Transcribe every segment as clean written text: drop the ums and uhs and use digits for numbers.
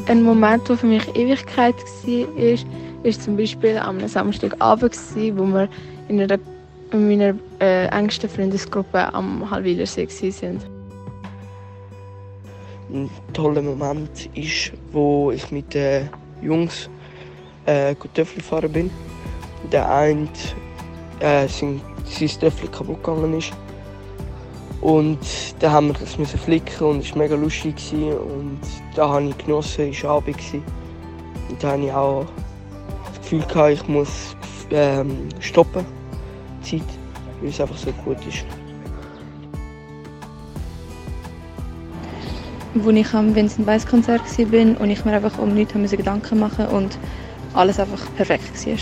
Ein Moment, der für mich Ewigkeit war zum Beispiel am Samstagabend, wo wir in meiner engsten Freundesgruppe am Halwilersee waren. Ein toller Moment ist, wo ich mit den Jungs Töffel gefahren bin. Der eine sein Töffel kaputt gegangen ist. Und dann haben wir das flicken und es war mega lustig. Und da habe ich genossen, es war Abend. Und da hatte ich auch das Gefühl, ich muss stoppen, die Zeit, weil es einfach so gut ist. Als ich am Vincent Weiss Konzert war und ich mir einfach um nichts Gedanken machen musste und alles einfach perfekt war.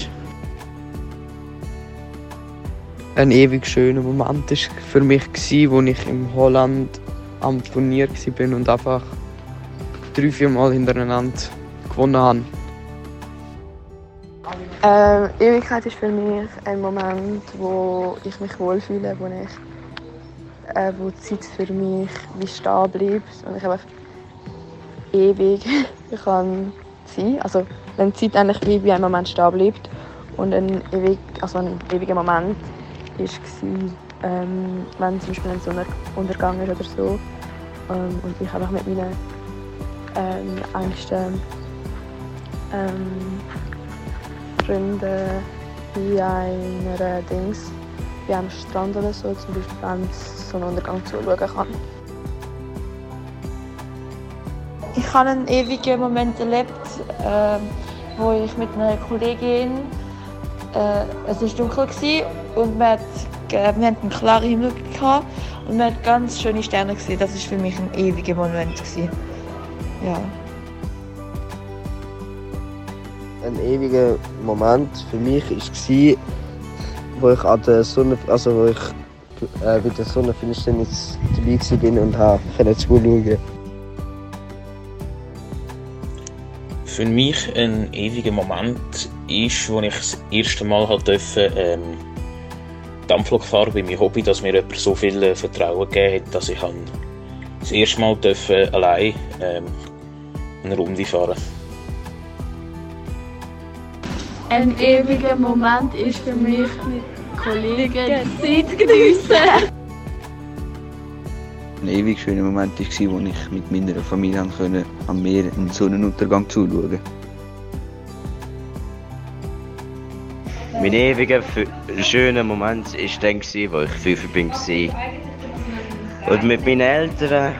Ein ewig schöner Moment war für mich, als ich in Holland am Turnier war und einfach 3-4 Mal hintereinander gewonnen habe. Ewigkeit ist für mich ein Moment, wo ich mich wohlfühle, wo die Zeit für mich wie stehen bleibt und ich einfach ewig kann sein. Also wenn die Zeit eigentlich wie ein Moment stehen bleibt und ein ewiger Moment war, wenn zum Beispiel ein Sonnenuntergang ist oder so und ich einfach mit meinen engsten Freunden wie am Strand oder so, zum Beispiel wenn es Sonnenuntergang zuschauen kann. Ich habe einen ewigen Moment erlebt, wo ich mit einer Kollegin, es war dunkel und wir hatten einen klaren Himmel gehabt und wir hatten ganz schöne Sterne gesehen. Das war für mich ein ewiger Moment. Ja. Ein ewiger Moment für mich war, wo ich an der bei der Sonnenfinsternis dabei war und konnte zuschauen. Für mich ein ewiger Moment ist, als ich das erste Mal Dampflok fahren bei meinem Hobby, dass mir jemand so viel Vertrauen gegeben hat, dass ich das erste Mal allein eine Runde fahren durfte. Ein ewiger Moment ist für mich mit Kollegen die Zeit geniessen. Ein ewig schöner Moment war, als ich mit meiner Familie am Meer einen Sonnenuntergang zuschauen konnte. Mein ewiger schöner Moment war dann, als ich 5 war. Und mit meinen Eltern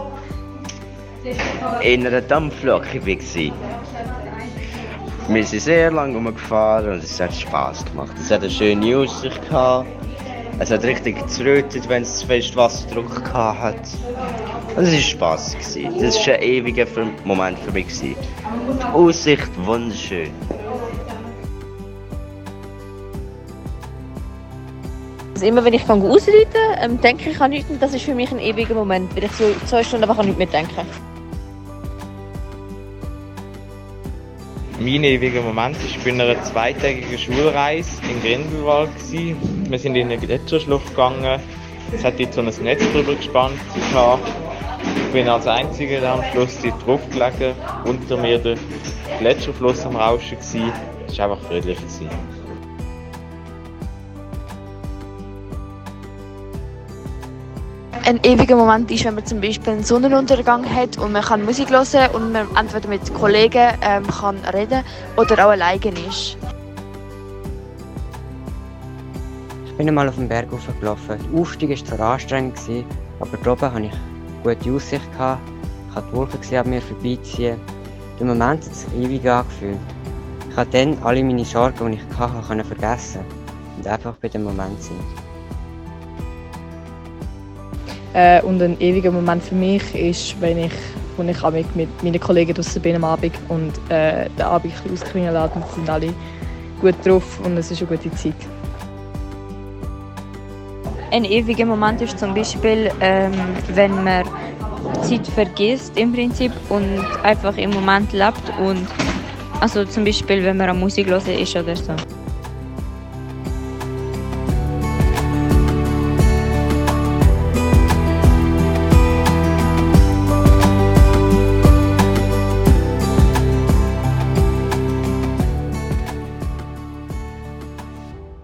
in einer Dampflok war. Wir sind sehr lange rumgefahren und es hat Spass gemacht. Es hat eine schöne Aussicht gehabt. Es hat richtig gerötet, wenn es zu fest Wasserdruck hatte. Und es war Spass. Das war ein ewiger Moment für mich. Die Aussicht wunderschön. Also immer wenn ich ausreiten denke ich an nichts und das ist für mich ein ewiger Moment, weil ich so 2 Stunden einfach an nichts mehr denke. Mein ewiger Moment war bei einer 2-tägigen Schulreise in Grindelwald. Wir sind in eine Gletscherschlucht gegangen. Es hat dort so ein Netz drüber gespannt. Ich bin als Einziger am Schluss dort drauf gelegen. Unter mir der Gletscherfluss am Rauschen. Es war einfach friedlich. Ein ewiger Moment ist, wenn man zum Beispiel einen Sonnenuntergang hat und man kann Musik hören und man entweder mit Kollegen kann reden oder auch alleine ist. Ich bin einmal auf den Berg hochgelaufen. Der Aufstieg war zwar anstrengend, aber dort oben hatte ich gute Aussicht. Ich konnte die Wolken an mir vorbeiziehen. Der Moment hat sich ewig angefühlt. Ich konnte dann alle meine Sorgen, die ich hatte, vergessen und einfach bei dem Moment sein. Und ein ewiger Moment für mich ist, wenn ich mit meinen Kollegen draußen bin am Abend und den Abend ein bisschen ausklingen lasse und sind alle gut drauf und es ist eine gute Zeit. Ein ewiger Moment ist zum Beispiel, wenn man Zeit vergisst im Prinzip und einfach im Moment lebt und also zum Beispiel, wenn man an Musik hören ist oder so.